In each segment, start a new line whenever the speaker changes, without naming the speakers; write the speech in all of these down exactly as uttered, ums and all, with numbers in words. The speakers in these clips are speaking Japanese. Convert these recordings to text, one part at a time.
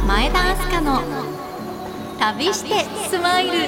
前田明日香の旅してスマイル。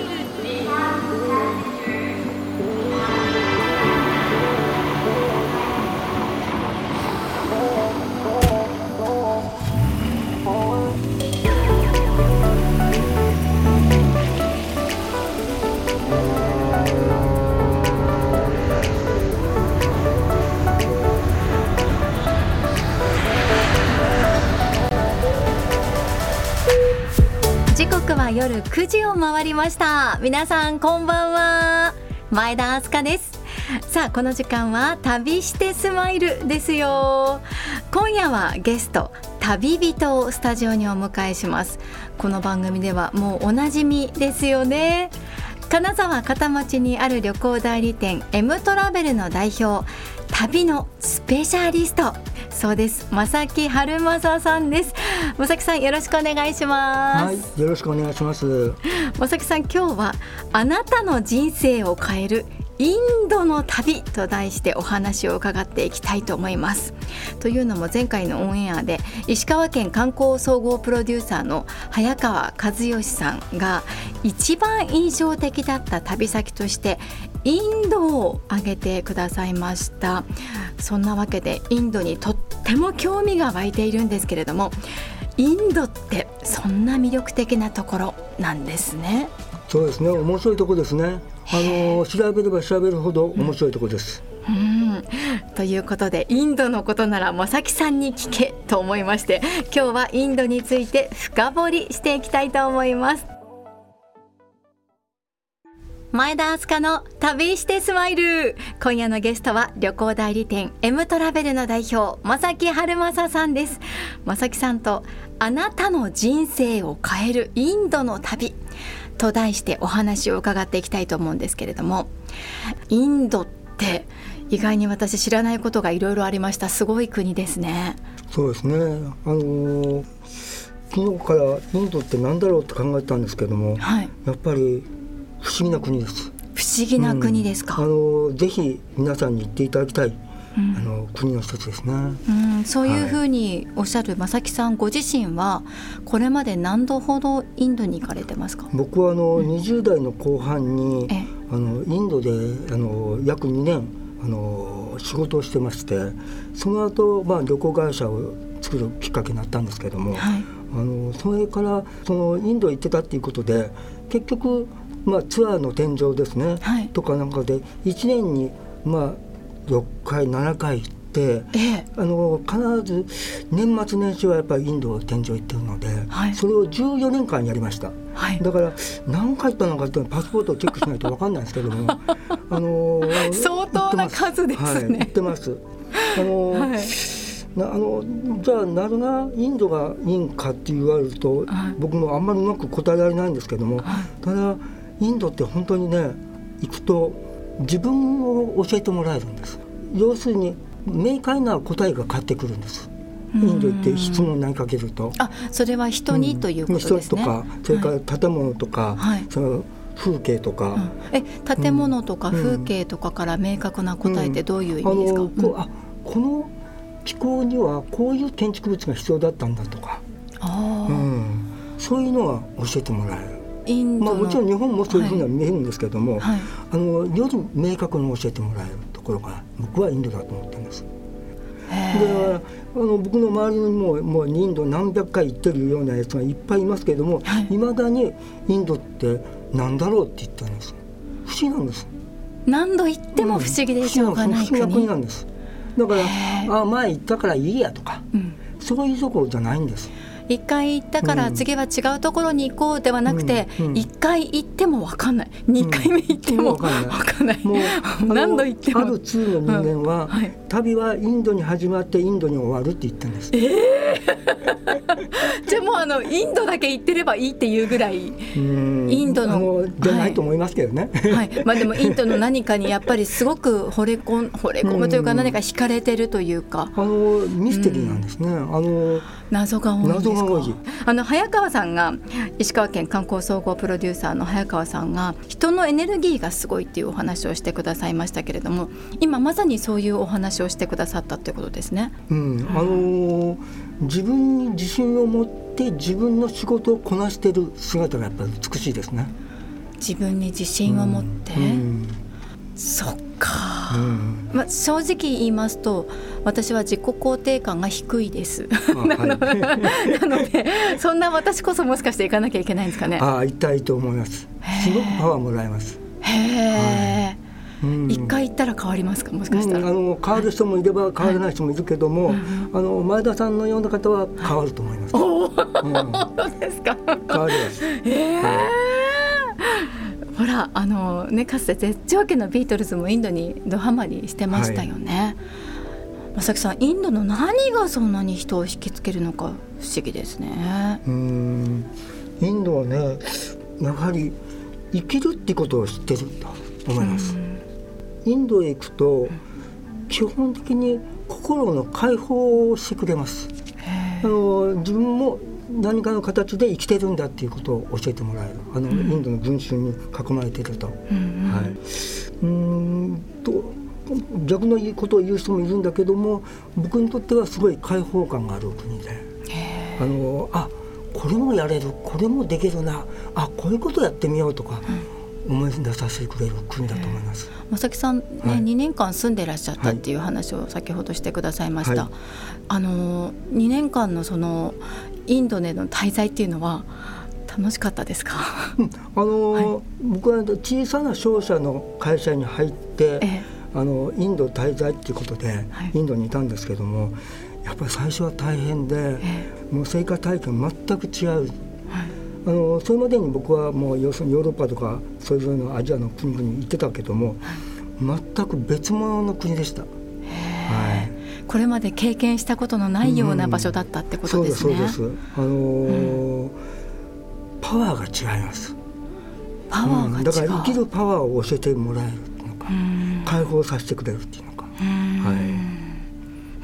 時刻は夜くじを回りました。皆さんこんばんは、前田明日香です。さあこの時間は旅してスマイルですよ。今夜はゲスト旅人をスタジオにお迎えします。この番組ではもうおなじみですよね。金沢片町にある旅行代理店 M トラベルの代表、旅のスペシャリスト、そうです、正木春正さんです。正木さんよろしくお願いします。
はい、よろしくお願いします。
正木さん、今日はあなたの人生を変えるインドの旅と題してお話を伺っていきたいと思います。というのも前回のオンエアで石川県観光総合プロデューサーの早川和義さんが一番印象的だった旅先としてインドを挙げてくださいました。そんなわけでインドにとっても興味が湧いているんですけれども、インドってそんな魅力的なところなんですね。
そうですね、面白いところですね。あの調べれば調べるほど面白いところです、
うん、ということでインドのことなら正木さんに聞けと思いまして、今日はインドについて深掘りしていきたいと思います。前田明日香の旅してスマイル。今夜のゲストは旅行代理店 M トラベルの代表、正木春正さんです。正木さんとあなたの人生を変えるインドの旅と題してお話を伺っていきたいと思うんですけれども、インドって意外に私知らないことがいろいろありました。すごい国ですね。
そうですね、あの昨日からインドって何だろうって考えたんですけども、はい、やっぱり不思議な国です。
不思議な国ですか。
うん、あのぜひ皆さんに行っていただきたい、うん、あの国の一つですね、
うん、そういうふうにおっしゃる正木さんご自身はこれまで何度ほどインドに行かれてますか。
僕はあの、うん、にじゅう代の後半にあのインドであの約にねんあの仕事をしてまして、その後、まあ、旅行会社を作るきっかけになったんですけども、はい、あのそれからそのインド行ってたっていうことで結局、まあ、ツアーの添乗ですね、はい、とかなんかでいちねんに、まあ、ろっかいななかい行って、ええ、あの必ず年末年始はやっぱりインドを添乗行ってるので、はい、それをじゅうよねんかんやりました、はい、だから何回行ったのかってパスポートをチェックしないと分かんないですけどもあの
相当な数ですね。
はい、行ってます。あの、はい、なあのじゃあなぜがインドがいいんかって言われると、はい、僕もあんまりうまく答えられないんですけども、はい、ただインドって本当にね行くと自分を教えてもらえるんです。要するに明快な答えが返ってくるんです。インド行って質問を投げかけると、
あ、それは人に、うん、ということですね。
人とかそれから建物とか、はい、その風景とか、
うん、え建物とか風景とかから明確な答えってどういう意味ですか。うんうん、あのこ、あこの気候にはこういう建築物が必要だったんだとか、あ、うん、そういうのは教えてもらえる。インドの、まあ、もちろん日本もそういうふうには見えるんですけども、はいはい、あのより明確に教えてもらえるところが僕はインドだと思っています。であの僕の周りにももうインド何百回行ってるようなやつがいっぱいいますけども、はい、未だにインドって何だろうって言ったんです。不思議なんです。 何度行っても不思議でしょうがない国、
不思議な国なんです。だからあ前行ったからいいやとか、うん、そういうところじゃないんです。
一回行ったから次は違うところに行こうではなくて、うんうん、一回行っても分かんない、二回目行っても分かんない、もう何度行っても。
ある通の人間は、うんはい、旅はインドに始まってインドに終わるって言ったんです。
えー、じゃあもうあのインドだけ行ってればいいっていうぐらい、うんインド の,
あのじゃないと思いますけどね、
はいはい、まあ、でもインドの何かにやっぱりすごく惚れ込ん惚れ込むというか、何か惹かれてるというか、
あのミステリーなんですね、うん、あの
謎が多いんですか。
謎が多い。
あの早川さんが石川県観光総合プロデューサーの早川さんが人のエネルギーがすごいっていうお話をしてくださいましたけれども、今まさにそういうお話をしてくださったということですね。
うん、あのー、自分に自信を持ってて自分の仕事をこなしている姿がやっぱり美しいですね。
自分に自信を持って、うんうん、そっか、うんまあ、正直言いますと私は自己肯定感が低いですなので、はい、なのでそんな私こそもしかして行かなきゃいけないんですかね。
ああ、行きたいと思います。すごくパワーもらえます。
へー、はい、うん、一回行ったら変わりますか、もしかしたら、
うん、あの変わる人もいれば変わらない人もいるけども、はい、あの前田さんのような方は変わると思います、はい、おー、うん、
本当ですか。
変わります。
へー、はい、ほらあの、ね、かつて絶頂期のビートルズもインドにドハマりしてましたよね、はい、正木さん、インドの何がそんなに人を引きつけるのか不思議ですね。
うーん、インドはね、やはり生きるってことを知ってると思います。インドへ行くと基本的に心の解放をしてくれます。あの自分も何かの形で生きてるんだっていうことを教えてもらえる。あの、うん、インドの群衆に囲まれていると、うんうん、はい、うーんと逆のことを言う人もいるんだけども、僕にとってはすごい解放感がある国で、あのあこれもやれる、これもできるな、あこういうことやってみようとか、うん、思い出させてくれる国だと思います。
正木さん、ね、はい、にねんかん住んでらっしゃったっていう話を先ほどしてくださいました、はい、あのにねんかんのそのインドでの滞在っていうのは楽しかったですか？
あの、はい、僕は小さな商社の会社に入って、えあのインド滞在っていうことで、はい、インドにいたんですけども、やっぱり最初は大変で、えもう生活体験全く違う、はい、あのそれまでに僕はもう要するにヨーロッパとかそういうのアジアの国々に行ってたけども、はい、全く別物の国でした。はい、
これまで経験したことのないような場所だったってことですね。
うん、そうです、そうです。あのーうん、パワーが違います。
パワーが違う、うん、
だから生きるパワーを教えてもらえるっていうのか、うん、解放させてくれるっていうのか、うん、はい、
うん、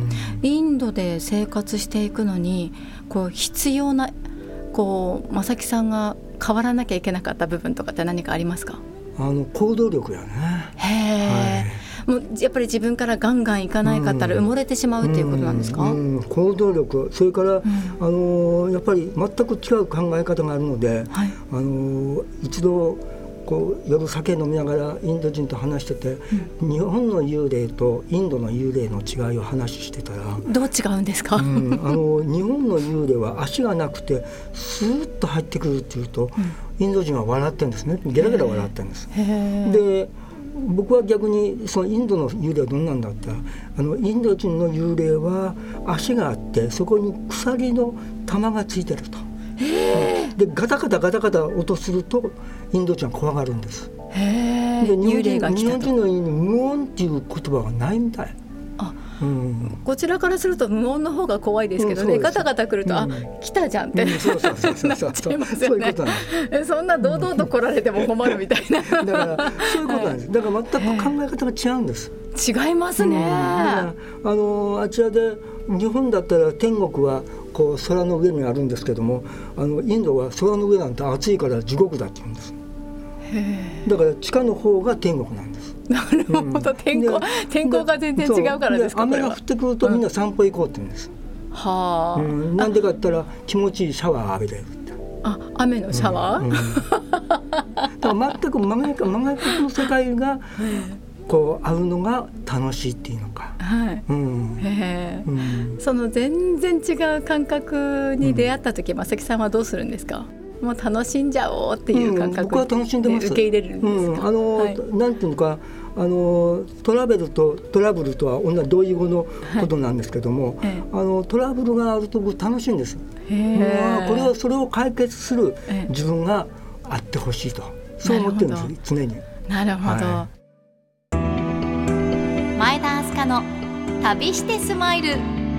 インドで生活していくのにこう必要なこう正木さんが変わらなきゃいけなかった部分とかって何かありますか？あ
の行動力やね。
へー、はい、もうやっぱり自分からガンガンいかないかったら埋もれてしまうっていうことなんですか？
うんうん、行動力、それから、うん、あのやっぱり全く違う考え方があるので、はい、あの一度こう夜酒飲みながらインド人と話してて、うん、日本の幽霊とインドの幽霊の違いを話してたら、
どう違うんですか？うん、
あの日本の幽霊は足がなくてスーッと入ってくるっていうと、うん、インド人は笑ってるんですね。ゲラゲラ笑ってるんです。で僕は逆にそのインドの幽霊はどんなんだったら、あのインド人の幽霊は足があってそこに鎖の玉がついてると。でガタガタガタガタ音するとインド人は怖がるんです。
へー、
で日本
幽霊が来たと。
日本人のように無音っていう言葉がないみたい。
あ、うん、こちらからすると無音の方が怖いですけどね、うん、ガタガタ来ると、うん、あ来たじゃんって、うん、そうそうそうそうなっちゃいますよね。そういうことなんです。そんな堂々と来られても困るみたいな
だからそういうことなんです。だから全く考え方が違うんです。
違いますね。うん、だ
からあのあちらで日本だったら天国はこう空の上にあるんですけども、あのインドは空の上なんて暑いから地獄だって言うんです。へー、だから地下の方が天国なんです。
なるほど、うん、天候天候が全然違うからですか？
雨が降ってくるとみんな散歩行こうって言うんです。
はあ、うん、
なんでかって言ったら気持ちいいシャワー浴びれるって。
あ、雨のシャワー、うんうん、
だから全く真逆の世界がこう会うのが楽しいっていうのか、はい、うん、
へ、うん、その全然違う感覚に出会った時、うん、正木さんはどうするんですか？もう楽しんじゃおうっていう感覚、うん、
僕は楽しんでます。
受け入れるんですか？うん、
あの、はい、なんていうのか、あのトラベルとトラブルとは同じ同義語のことなんですけども、はい、あのトラブルがあると楽しいんです。へ、これをそれを解決する自分があってほしいと、そう思ってるんです常に。
なるほど、はい、前田明日香の旅してスマイル。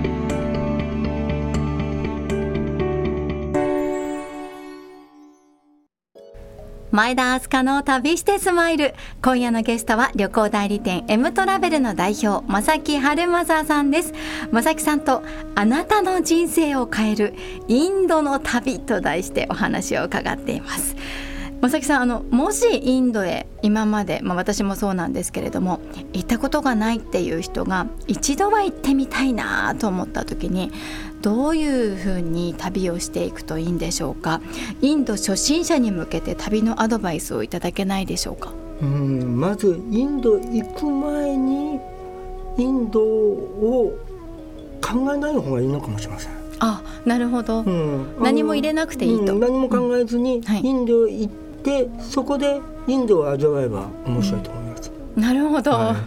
前田明日香の旅してスマイル。今夜のゲストは旅行代理店 M トラベルの代表正木春正さんです。正木さんとあなたの人生を変えるインドの旅と題してお話を伺っています。
正木さん、あのもしインドへ今まで、まあ、私もそうなんですけれども行ったことがないっていう人が一度は行ってみたいなと思った時にどういうふうに旅をしていくといいんでしょうか。インド初心者に向けて旅のアドバイスをいただけないでしょうか。
うん、まずインド行く前にインドを考えない方がいいのかもしれません。
あ、なるほど、うん、何も入れなくていいと、
うん、何も考えずにインドへ行って、うん、はい、そこでインドを味わえば面白いと思います、
うん、なるほど、はい、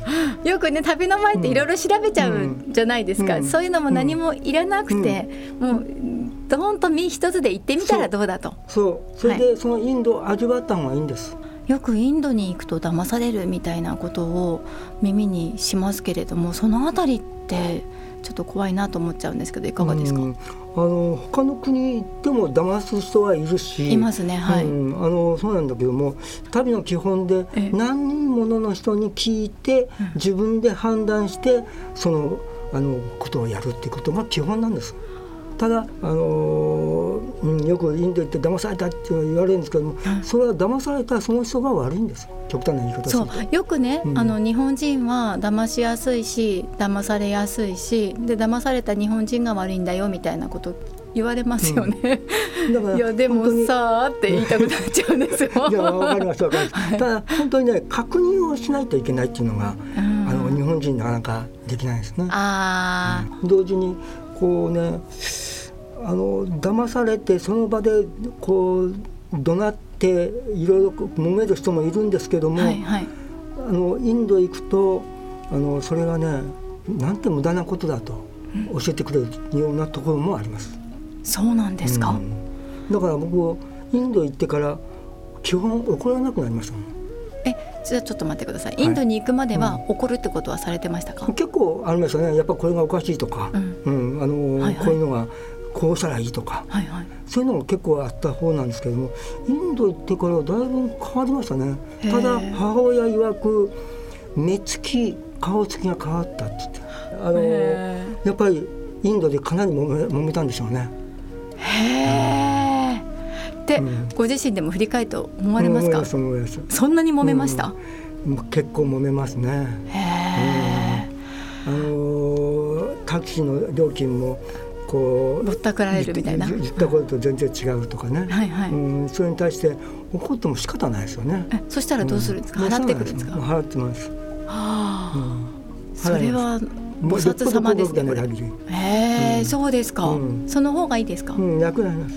よくね旅の前っていろいろ調べちゃうじゃないですか、うん、そういうのも何もいらなくて、うん、もうドーンと身一つで行ってみたらどうだと。
そう、それでそのインドを味わった方がいいんです、
はい、よくインドに行くと騙されるみたいなことを耳にしますけれども、そのあたりってちょっと怖いなと思っちゃうんですけど、いかがですか。
うん、あの他の国行っても騙す人はいるし、
いますね、はい、うん、
あのそうなんだけども、旅の基本で何人もの人に聞いて自分で判断してその、あのことをやるっていうことが基本なんです。ただ、あのーうん、よくインド行って騙されたって言われるんですけども、うん、それは騙されたその人が悪いんです。極端な言い方すると。
そうよくね、うん、あの日本人は騙しやすいし騙されやすいしで騙された日本人が悪いんだよみたいなこと言われますよね、うん、だからいやでもさーって言いたくなっちゃうんですよ
いや分かります分かります、はい、ただ本当にね確認をしないといけないっていうのが、うん、あの日本人なかなかできないですね。
あ、
うん、同時にこうね、あの騙されてその場でこう怒鳴っていろいろ揉める人もいるんですけども、はいはい、あのインド行くとあのそれがねなんて無駄なことだと教えてくれるようなところもあります、
うん、そうなんですか、うん、
だから僕インド行ってから基本怒らなくなりましたもん。
え、じゃあちょっと待ってください。インドに行くまでは怒るってことはされてましたか。
うん、結構ありましたね。やっぱこれがおかしいとか、うんうん、あの、はいはい、こういうのがこうしたらいいとか、はいはい、そういうのが結構あった方なんですけども、インド行ってからだいぶ変わりましたね。ただ母親曰く目つき顔つきが変わったって言って、あのやっぱりインドでかなり揉め、揉めたんでしょうね。
へー、で、うん、ご自身でも振り返って思われますか。
思います。
そんなに揉めました、
うん、結構揉めますね。へー、うん、あのタクシーの料金もこう
ぼったくられるみたいな
言ったことと全然違うとかね、はいはい、うん、それに対して怒っても仕方ないですよね。
え、そしたらどうするんですか、うん、払ってくるんですか。
払ってます、は
あ、うん、それは菩薩様ですねこれ。へえ、うん、そうですか、うん、その方がいいですか。
うん、楽になります。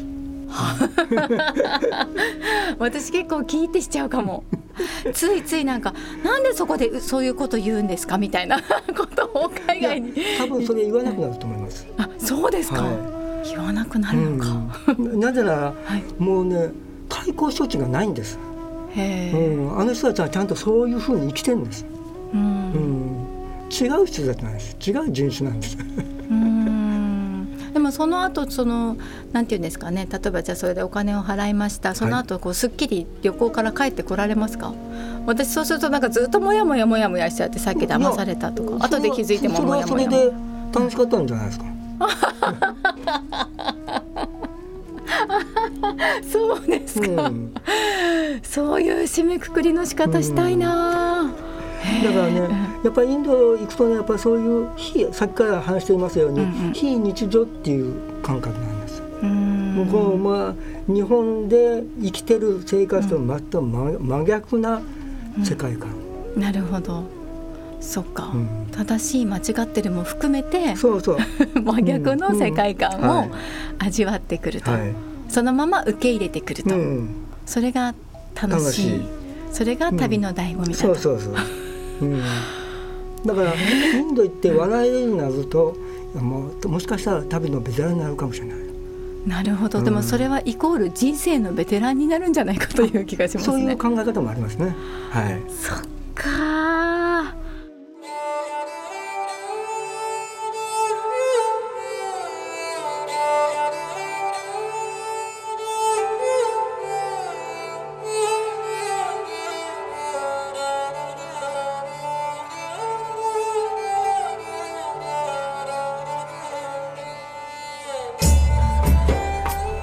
私結構聞いてしちゃうかもついついなんかなんでそこでそういうこと言うんですかみたいなことを海外に。
多分それ言わなくなると思います。
あ、そうですか、はい、言わなくなるのか、
うん、なぜなら、はい、もうね対抗措置がないんです。へー、うん、あの人たちはちゃんとそういうふうに生きてるんです、うんうん、違う人たちなんです。違う人種なんですうん、
でもその後そのなんていうんですかね、例えばじゃあそれでお金を払いました、その後こうすっきり旅行から帰ってこられますか。私そうするとなんかずっともやもやもやもやしちゃって、さっき騙されたとか後で気づいてももやもや。
それはそれで楽しかったんじゃないですか
そうですか、うん、そういう締めくくりの仕方したいな、うん、
だからねやっぱりインド行くとね、やっぱりそういう非さっきから話していますように、うんうん、非日常っていう感覚なんです。うん、もうこの、まあ、日本で生きてる生活と全く 真, 真逆な世界観、
うん、なるほど、そっか、うん、正しい間違ってるも含めて
そうそう
真逆の世界観を味わってくると、うんうん、はい、そのまま受け入れてくると、うん、それが楽しい、楽しい、それが旅の醍醐味だと、
うん、そうそうそう、うん、だからインド行って笑えるようになるとも, うもしかしたら旅のベテランになるかもしれない。
なるほど、でもそれはイコール人生のベテランになるんじゃないかという気がしますね。
そういう考え方もありますね、はい、
そっか。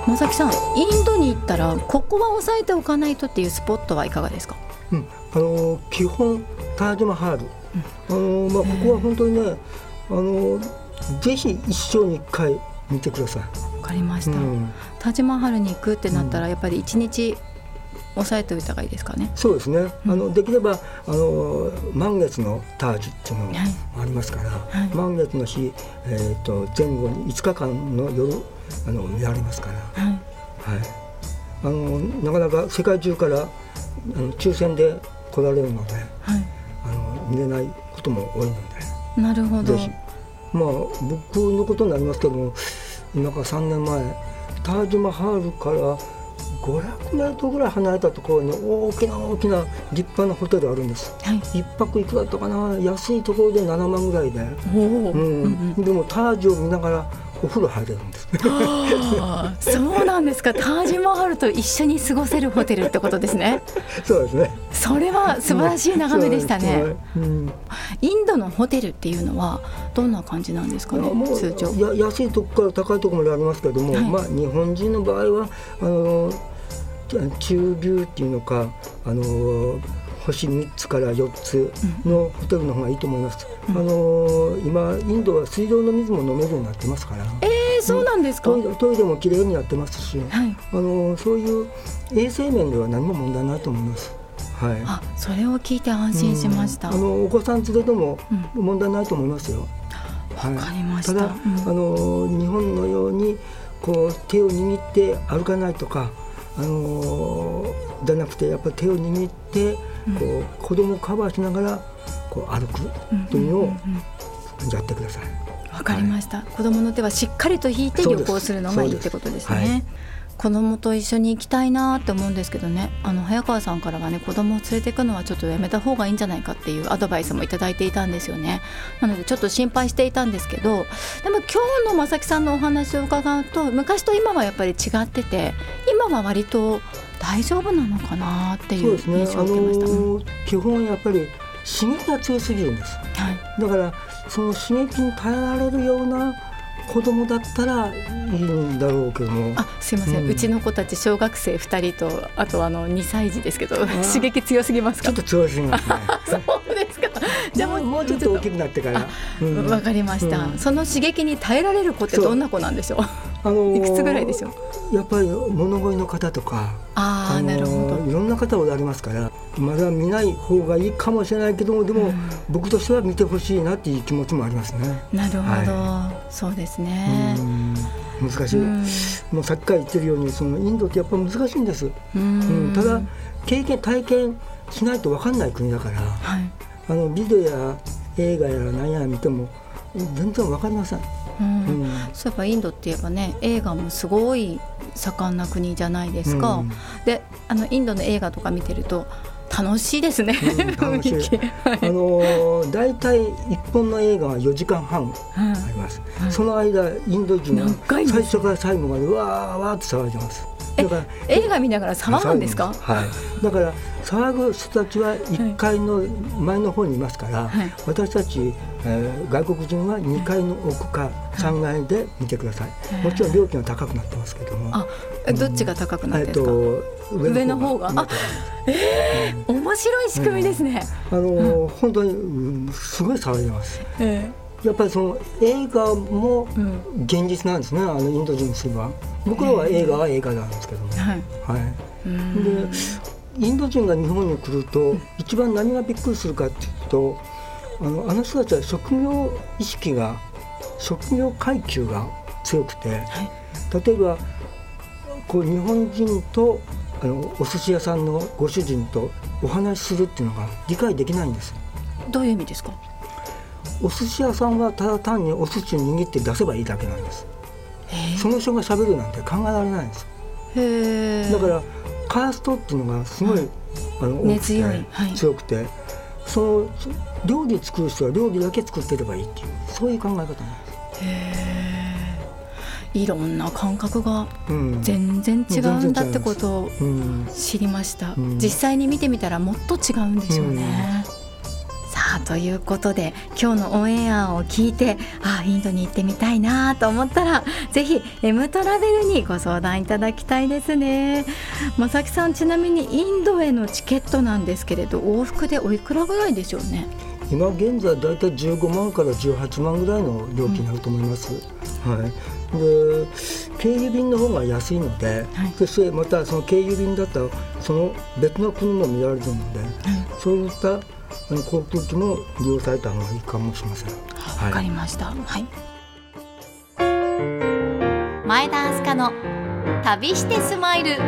正木さん、インドに行ったらここは押さえておかないとっていうスポットはいかがですか？
うん、あの基本タージマハール、うん、あのまあ、ここは本当にね、あのぜひ一生に一回見てください。
わかりました、うん、タージマハルに行くってなったらやっぱり一日押さえておいた方がいいですかね？
そうですね、うん、あのできればあの満月のタージっていうのがありますから、はい、満月の日、えー、と前後にいつかかんの夜あの見られますから、はいはい、あのなかなか世界中からあの抽選で来られるので、はい、あの見れないことも多いので。
なるほど。
ぜひ、まあ、僕のことになりますけども、今からさんねんまえタージマハールからごひゃくメートルぐらい離れたところに大きな大きな立派なホテルあるんです、はい、いっぱくいくらだったかな、安いところでななまんぐらいで、うんうん、でもタージを見ながらお風呂入れるんです
そうなんですか。タージマハルと一緒に過ごせるホテルってことですね。
そうですね。
それは素晴らしい眺めでしたね、うん、インドのホテルっていうのはどんな感じなんですかね？通常
や安いとこから高いところまでありますけれども、はい、まあ、日本人の場合はあの中ビューっていうのか、あの星みっつからよっつのホテルの方がいいと思います、うん、あの今インドは水道の水も飲めるようになってますから、
えー、そうなんですか？
トイレ、トイレもきれいになってますし、はい、あのそういう衛生面では何も問題ないと思います、はい、
あ、それを聞いて安心しました、
うん、あのお子さん連れでも問題ないと思いますよ、
うん、はい、わかりました。
ただ、うん、あの日本のようにこう手を握って歩かないとか、あのー、じゃなくてやっぱり手を握ってこう、うん、子供をカバーしながらこう歩くというのをやってください。
わかりました、はい、子供の手はしっかりと引いて旅行するのがいいってことですね。はい、子供と一緒に行きたいなって思うんですけどね、あの早川さんからはね、子供を連れていくのはちょっとやめた方がいいんじゃないかっていうアドバイスもいただいていたんですよね。なのでちょっと心配していたんですけど、でも今日の正木さんのお話を伺うと昔と今はやっぱり違ってて、今は割と大丈夫なのかなっていう印象を受けました。
そうですね、あのー、基本やっぱり刺激が強すぎるんです、はい、だからその刺激に耐えられるような子供だったらいいんだろうけども、
あ、すいません、うん、うちの子たち小学生ふたりとあとあのにさい児ですけど刺激強すぎますか？
ちょっと強すぎますね
そうですか。
じゃあもう、もうちょっと大きくなってから。わ、
うん、かりました、うん、その刺激に耐えられる子ってどんな子なんでしょう？あのー、いくつぐらいでしょ
う？やっぱり物乞いの方とか、
あ、あのー、なるほど、
いろんな方おられますからまだ見ない方がいいかもしれないけども、でも、うん、僕としては見てほしいなっていう気持ちもありますね。
なるほど、はい、そうですね。
うん、難しい、うん、もうさっきから言ってるようにそのインドってやっぱ難しいんです。うん、うん、ただ経験体験しないと分かんない国だから、はい、あのビデオや映画や何や見ても全然分かりません。
うんうん、そういえばインドって言えばね、映画もすごい盛んな国じゃないですか、うん、であのインドの映画とか見てると楽しいですね、うん、楽しい、はい、
あのー、だいたいいっぽんの映画はよじかんはんあります、うん、その間インド人は最初から最後までわーわーって騒いでます。だから
映画見ながら騒ぐんですか？
はい、だから騒ぐ人たちはいっかいの前の方にいますから、はい、私たち、えー、外国人はにかいの奥かさんがいで見てください、はい、もちろん料金は高くなってますけども、
あ、どっちが高くなってるんですか？うん、上の方が、あ、えーうん、面白い仕組みですね、
うん、あのーうん、本当に、うん、すごい騒いでます、えーやっぱりその映画も現実なんですね、うん、あのインド人にすれば。僕らは映画は映画なんですけども、はいはい、でインド人が日本に来ると一番何がびっくりするかっていうと、あの、あの人たちは職業意識が職業階級が強くて、はい、例えばこう日本人とあのお寿司屋さんのご主人とお話しするっていうのが理解できないんです。
どういう意味ですか？
お寿司屋さんはただ単にお寿司を握って出せばいいだけなんです。その人が喋るなんて考えられないんです。へ、だからカーストっていうのがすごい、はい、あの根強い、はい、強くて、その料理作る人は料理だけ作ってればいいっていう、そういう考え方なんです。
へ、いろんな感覚が全然違うんだってことを知りました、うんうん、実際に見てみたらもっと違うんでしょうね、うん、さあということで今日のオンエアを聞いてあインドに行ってみたいなと思ったらぜひ M トラベルにご相談いただきたいですね。正木さん、ちなみにインドへのチケットなんですけれど往復でおいくらぐらいでしょうね。
今現在だいたいじゅうごまんからじゅうはちまんぐらいの料金になると思います、うん、はい、で経由便の方が安いので、はい、そしてまたその経由便だったらその別の国も見られるので、はい、そういったあの航空機も利用された方がいいかもしれません。
わ、はい、かりました、はい、前田明日香の旅してスマイル。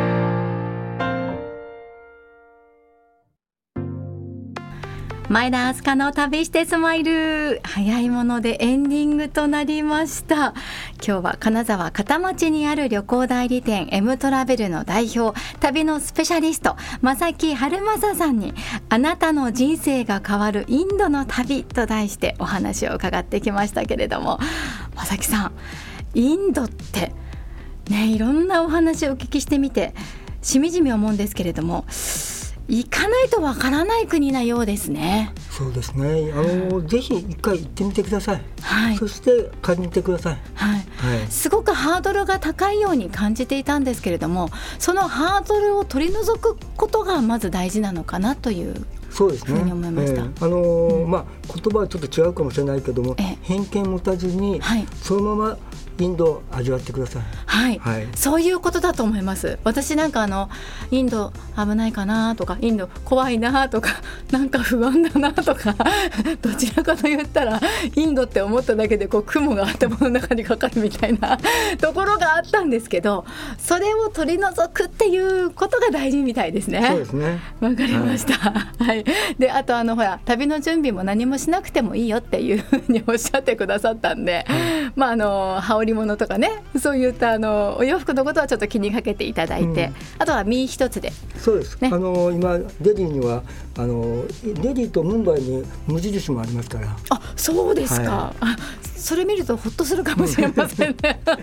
前田明日香の旅してスマイル、早いものでエンディングとなりました。今日は金沢片町にある旅行代理店 M トラベルの代表、旅のスペシャリスト正木春正さんにあなたの人生が変わるインドの旅と題してお話を伺ってきましたけれども、正木さん、インドってね、いろんなお話をお聞きしてみてしみじみ思うんですけれども、行かないとわからない国なようですね。
そうですね、あの、うん、ぜひ一回行ってみてください、はい、そして買いに行ってください、
はいはい、すごくハードルが高いように感じていたんですけれども、そのハードルを取り除くことがまず大事なのかなという
そうですね、
ふうに思いました、え
ーあのーうんまあ、言葉はちょっと違うかもしれないけども、偏見持たずに、はい、そのままインドを味わってください、
はいはい、そういうことだと思います。私なんかあのインド危ないかなとか、インド怖いなとか、なんか不安だなとかどちらかと言ったらインドって思っただけでこう雲が頭の中にかかるみたいなところがあったんですけど、それを取り除くっていうことが大事みたいですね。
そうですね、
わかりました、はいはい、であとあのほら旅の準備も何もしなくてもいいよっていうふうにおっしゃってくださったんで、はい、まああの羽織物とかね、そういったあのお洋服のことはちょっと気にかけていただいて、うん、あとは身一つで。
そうです、ね、あの今デリーにはあのデリーとムンバイに無印もありますから。
あ、そうですか、はい、あ、それ見るとほっとするかもしれませんねわ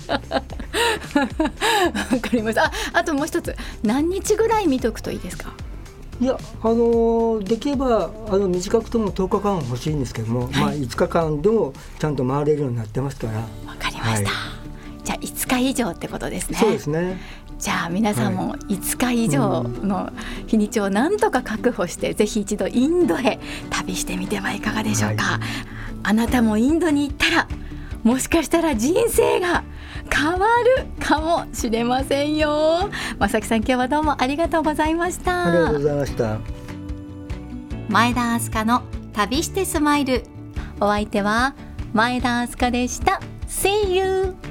かりました。 あ, あともう一つ、何日ぐらい見とくといいですか。
いや、あのできればあの短くともとおかかん欲しいんですけども、はい、まあ、いつかかんでもちゃんと回れるようになってますから。わ
かりました、はい、じゃあいつか以上ってことですね。
そうですね。
じゃあ皆さんもいつか以上の日にちをなんとか確保して、うん、ぜひ一度インドへ旅してみてはいかがでしょうか、はい、あなたもインドに行ったらもしかしたら人生が変わるかもしれませんよ。正木さん、今日はどうもありがとうございました。
ありがとうございました。
前田明日香の旅してスマイル、お相手は前田明日香でした。 See you